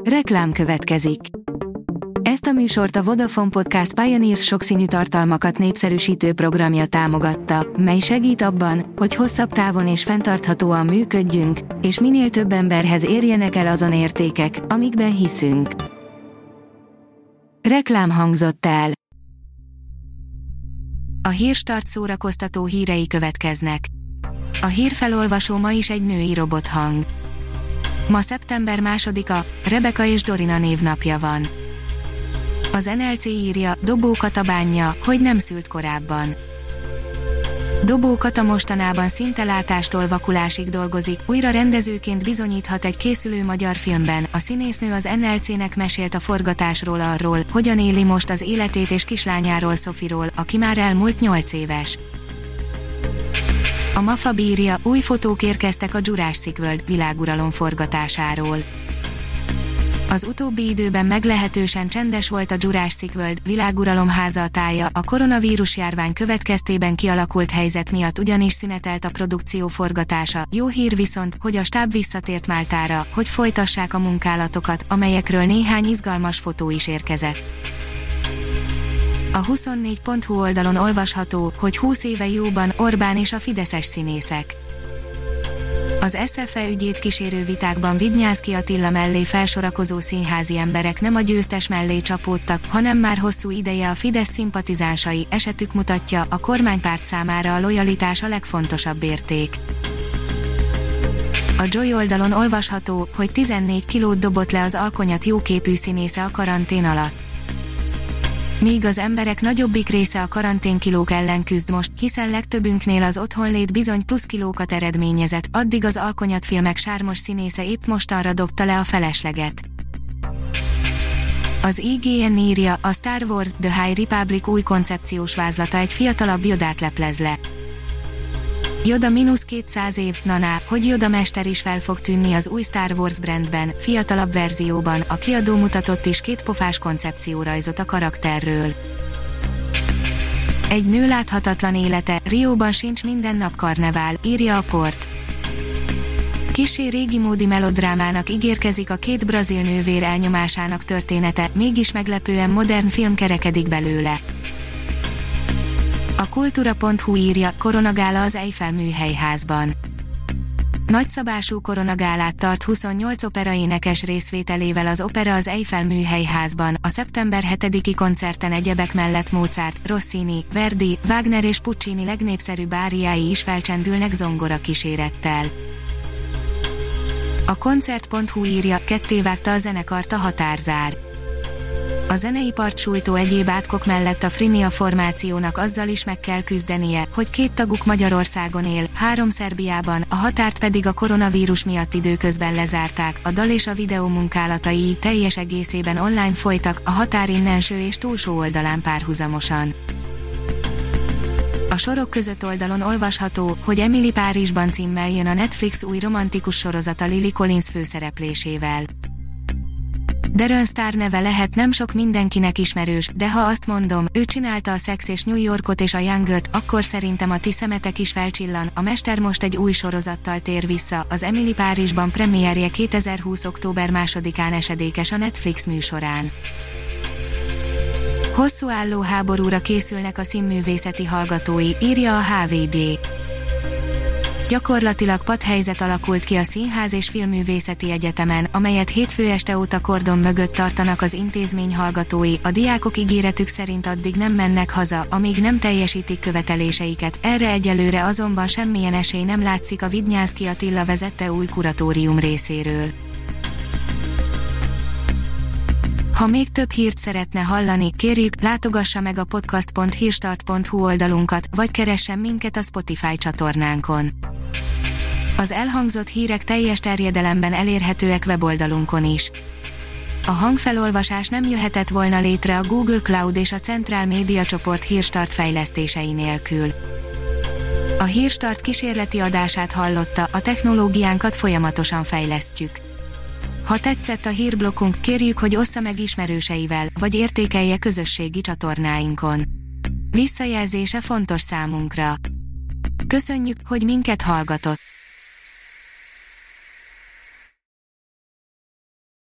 Reklám következik. Ezt a műsort a Vodafone Podcast Pioneers sokszínű tartalmakat népszerűsítő programja támogatta, mely segít abban, hogy hosszabb távon és fenntarthatóan működjünk, és minél több emberhez érjenek el azon értékek, amikben hiszünk. Reklám hangzott el. A Hírstart szórakoztató hírei következnek. A hírfelolvasó ma is egy női robothang. Ma szeptember 2-a, Rebeka és Dorina névnapja van. Az NLC írja, Dobó Kata bánja, hogy nem szült korábban. Dobó Kata mostanában szinte látástól vakulásig dolgozik, újra rendezőként bizonyíthat egy készülő magyar filmben. A színésznő az NLC-nek mesélt a forgatásról, arról, hogyan éli most az életét, és kislányáról, Sophie-ról, aki már elmúlt 8 éves. A MAFA bírja, új fotók érkeztek a Jurassic World világuralom forgatásáról. Az utóbbi időben meglehetősen csendes volt a Jurassic World világuralom házatája, a koronavírus járvány következtében kialakult helyzet miatt ugyanis szünetelt a produkció forgatása. Jó hír viszont, hogy a stáb visszatért Máltára, hogy folytassák a munkálatokat, amelyekről néhány izgalmas fotó is érkezett. A 24.hu oldalon olvasható, hogy 20 éve jóban Orbán és a fideszes színészek. Az SZFE ügyét kísérő vitákban Vidnyánszky Attila mellé felsorakozó színházi emberek nem a győztes mellé csapódtak, hanem már hosszú ideje a Fidesz szimpatizánsai. Esetük mutatja, a kormánypárt számára a lojalitás a legfontosabb érték. A Joy oldalon olvasható, hogy 14 kilót dobott le az alkonyat jóképű színésze a karantén alatt. Míg az emberek nagyobbik része a karanténkilók ellen küzd most, hiszen legtöbbünknél az otthonlét bizony plusz kilókat eredményezett, addig az alkonyatfilmek sármos színésze épp mostanra dobta le a felesleget. Az IGN írja, a Star Wars The High Republic új koncepciós vázlata egy fiatalabb Yodát leplez le. Yoda -200 év, naná, hogy Yoda mester is fel fog tűnni az új Star Wars brandben, fiatalabb verzióban. A kiadó mutatott is 2 pofás koncepciórajzot a karakterről. Egy nő láthatatlan élete, Rióban sincs minden nap karnevál, írja a Port. Kissé régi módi melodrámának ígérkezik a 2 brazil nővér elnyomásának története, mégis meglepően modern film kerekedik belőle. A kultúra.hu írja, koronagála az Eiffel műhelyházban. Nagyszabású koronagálát tart 28 operaénekes részvételével az opera az Eiffel műhelyházban. A szeptember 7-i koncerten egyebek mellett Mozart, Rossini, Verdi, Wagner és Puccini legnépszerűbb áriái is felcsendülnek zongora kísérettel. A koncert.hu írja, kettévágta a zenekart a határzár. A zeneipart sújtó egyéb átkok mellett a Frinia formációnak azzal is meg kell küzdenie, hogy 2 taguk Magyarországon él, 3 Szerbiában, a határt pedig a koronavírus miatt időközben lezárták. A dal és a videó munkálatai így teljes egészében online folytak, a határ innenső és túlsó oldalán párhuzamosan. A sorok között oldalon olvasható, hogy Emily Párizsban címmel jön a Netflix új romantikus sorozata Lily Collins főszereplésével. Darren Star neve lehet nem sok mindenkinek ismerős, de ha azt mondom, ő csinálta a Sex és New Yorkot és a Youngert, akkor szerintem a ti szemetek is felcsillan. A mester most egy új sorozattal tér vissza, az Emily Párizsban premierje 2020. október 2-án esedékes a Netflix műsorán. Hosszú álló háborúra készülnek a színművészeti hallgatói, írja a HVD. Gyakorlatilag patthelyzet alakult ki a Színház és Filmművészeti Egyetemen, amelyet hétfő este óta kordon mögött tartanak az intézmény hallgatói. A diákok ígéretük szerint addig nem mennek haza, amíg nem teljesítik követeléseiket. Erre egyelőre azonban semmilyen esély nem látszik a Vidnyánszky Attila vezette új kuratórium részéről. Ha még több hírt szeretne hallani, kérjük, látogassa meg a podcast.hírstart.hu oldalunkat, vagy keressen minket a Spotify csatornánkon. Az elhangzott hírek teljes terjedelemben elérhetőek weboldalunkon is. A hangfelolvasás nem jöhetett volna létre a Google Cloud és a Centrál Média csoport Hírstart fejlesztései nélkül. A Hírstart kísérleti adását hallotta, a technológiánkat folyamatosan fejlesztjük. Ha tetszett a hírblokkunk, kérjük, hogy ossza meg ismerőseivel, vagy értékelje közösségi csatornáinkon. Visszajelzése fontos számunkra. Köszönjük, hogy minket hallgatott!